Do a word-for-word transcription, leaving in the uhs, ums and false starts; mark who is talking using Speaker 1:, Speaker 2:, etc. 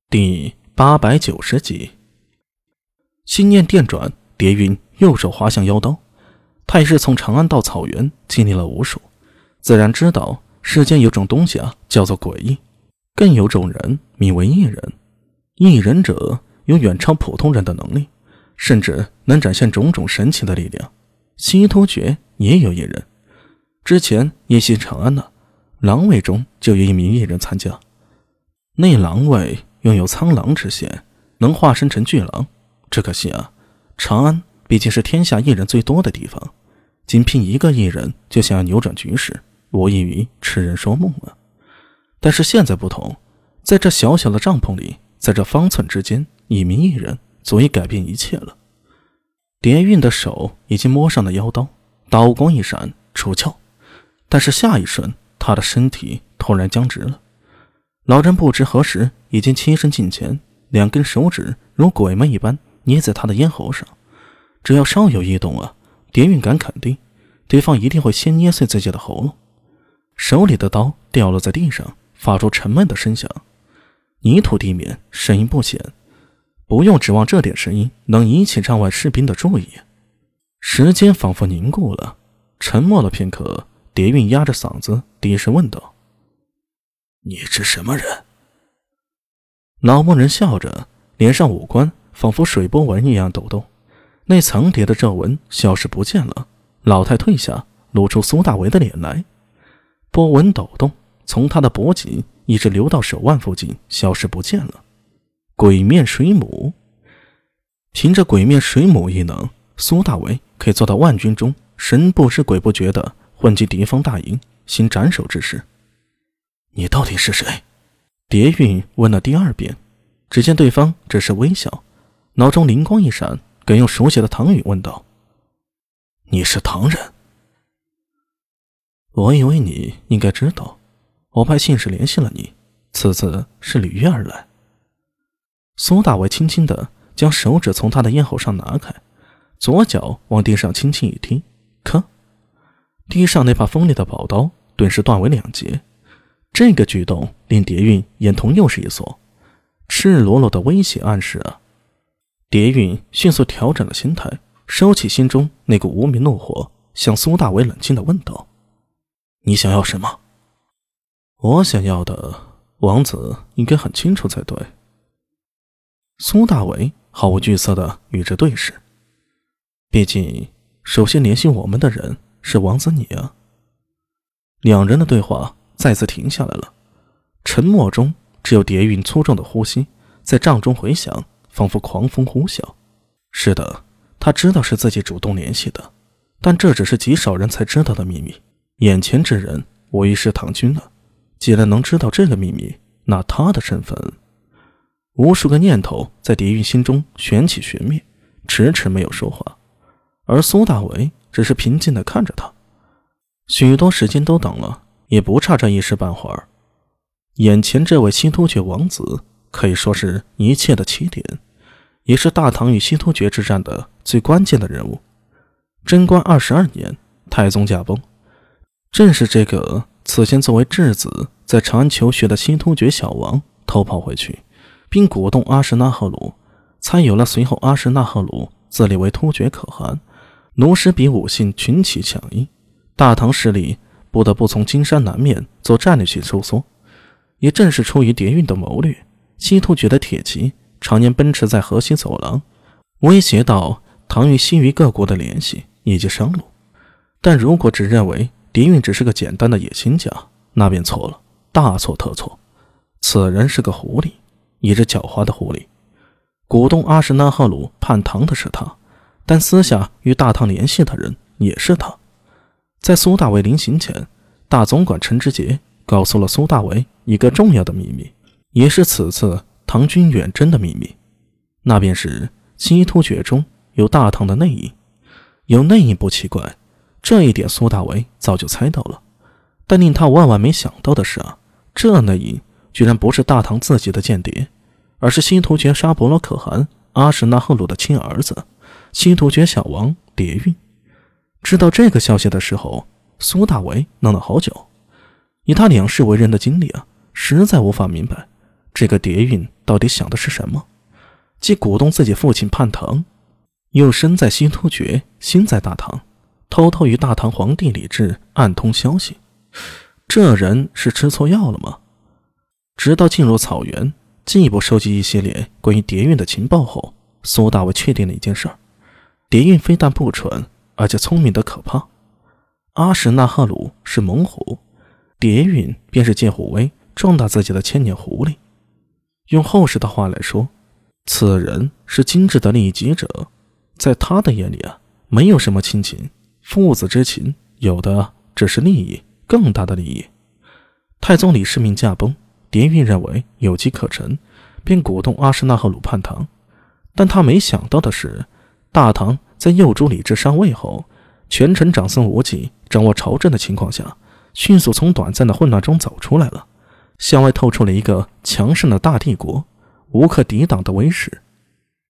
Speaker 1: 第八百九十集。心念电转，蝶云右手滑向腰刀。太师从长安到草原经历了无数，自然知道世间有种东西啊，叫做诡异，更有种人名为异人。异人者有远超普通人的能力，甚至能展现种种神奇的力量。西突厥也有异人，之前夜袭长安的狼卫中就有一名异人参加。那狼卫拥有苍狼之嫌，能化身成巨狼。只可惜啊，长安毕竟是天下异人最多的地方，仅凭一个异人就想要扭转局势，无异于痴人说梦了。但是现在不同，在这小小的帐篷里，在这方寸之间，一名异人足以改变一切了。蝶韵的手已经摸上了腰刀，刀光一闪出鞘，但是下一瞬，他的身体突然僵直了。老人不知何时已经栖身近前，两根手指如鬼门一般捏在他的咽喉上。只要稍有异动啊，蝶韵敢肯定，对方一定会先捏碎自己的喉咙。手里的刀掉落在地上，发出沉闷的声响。泥土地面，声音不显，不用指望这点声音能引起帐外士兵的注意。时间仿佛凝固了，沉默了片刻，蝶韵压着嗓子低声问道：你是什么人？老牧人笑着，脸上五官仿佛水波纹一样抖动，那层叠的皱纹消失不见了。老太退下，露出苏大为的脸来，波纹抖动，从他的脖颈一直流到手腕附近，消失不见了。鬼面水母，凭着鬼面水母异能，苏大为可以做到万军中神不知鬼不觉地混进敌方大营，行斩首之事。你到底是谁？蝶韵问了第二遍，只见对方只是微笑，脑中灵光一闪，更用熟悉的唐语问道：你是唐人？我以为你应该知道，我派信使联系了你，此次是履约而来。苏大为轻轻地将手指从他的咽喉上拿开，左脚往地上轻轻一踢，咔！地上那把锋利的宝刀顿时断为两截。这个举动令蝶韵眼瞳又是一锁，赤裸裸的威胁暗示啊！蝶韵迅速调整了心态，收起心中那股无名怒火，向苏大为冷静地问道：你想要什么？我想要的，王子应该很清楚才对。苏大为毫无惧色地与之对视，毕竟首先联系我们的人是王子你啊。两人的对话再次停下来了，沉默中只有蝶韵粗重的呼吸在帐中回响，仿佛狂风呼啸。是的，他知道是自己主动联系的，但这只是极少人才知道的秘密。眼前之人无疑是唐军了，既然能知道这个秘密，那他的身份……无数个念头在蝶韵心中旋起旋灭，迟迟没有说话。而苏大为只是平静地看着他，许多时间都等了，也不差这一时半会儿。眼前这位西突厥王子可以说是一切的起点，也是大唐与西突厥之战的最关键的人物。贞观二十二年，太宗驾崩，正是这个此前作为质子在长安求学的西突厥小王偷跑回去，并鼓动阿什纳赫鲁，才有了随后阿什纳赫鲁自立为突厥可汗，奴什比五姓群起响应，大唐势力不得不从金山南面做战略性收缩。也正是出于蝶韵的谋略，西突厥的铁骑常年奔驰在河西走廊，威胁到唐与西域各国的联系以及商路。但如果只认为蝶韵只是个简单的野心家，那便错了，大错特错。此人是个狐狸，一只狡猾的狐狸。鼓动阿什纳赫鲁叛唐的是他，但私下与大唐联系的人也是他。在苏大为临行前，大总管陈知节告诉了苏大为一个重要的秘密，也是此次唐军远征的秘密，那便是西突厥中有大唐的内应。有内应不奇怪，这一点苏大为早就猜到了，但令他万万没想到的是啊，这内应居然不是大唐自己的间谍，而是西突厥沙伯罗可汗阿什纳赫鲁的亲儿子，西突厥小王蝶韵。知道这个消息的时候，苏大为愣了好久。以他两世为人的经历啊，实在无法明白这个蝶韵到底想的是什么？既鼓动自己父亲叛唐，又身在西突厥，心在大唐，偷偷与大唐皇帝李治暗通消息，这人是吃错药了吗？直到进入草原，进一步收集一系列关于蝶韵的情报后，苏大伟确定了一件事儿：蝶韵非但不蠢，而且聪明得可怕。阿什纳赫鲁是猛虎，蝶韵便是借虎威壮大自己的千年狐狸。用后世的话来说，此人是精致的利己者，在他的眼里啊，没有什么亲情，父子之情，有的只是利益，更大的利益。太宗李世民驾崩，蝶韵认为有机可乘，便鼓动阿什纳赫鲁叛唐。但他没想到的是，大唐在幼主李治上位后，权臣长孙无忌掌握朝政的情况下，迅速从短暂的混乱中走出来了，向外透出了一个强盛的大帝国，无可抵挡的威势。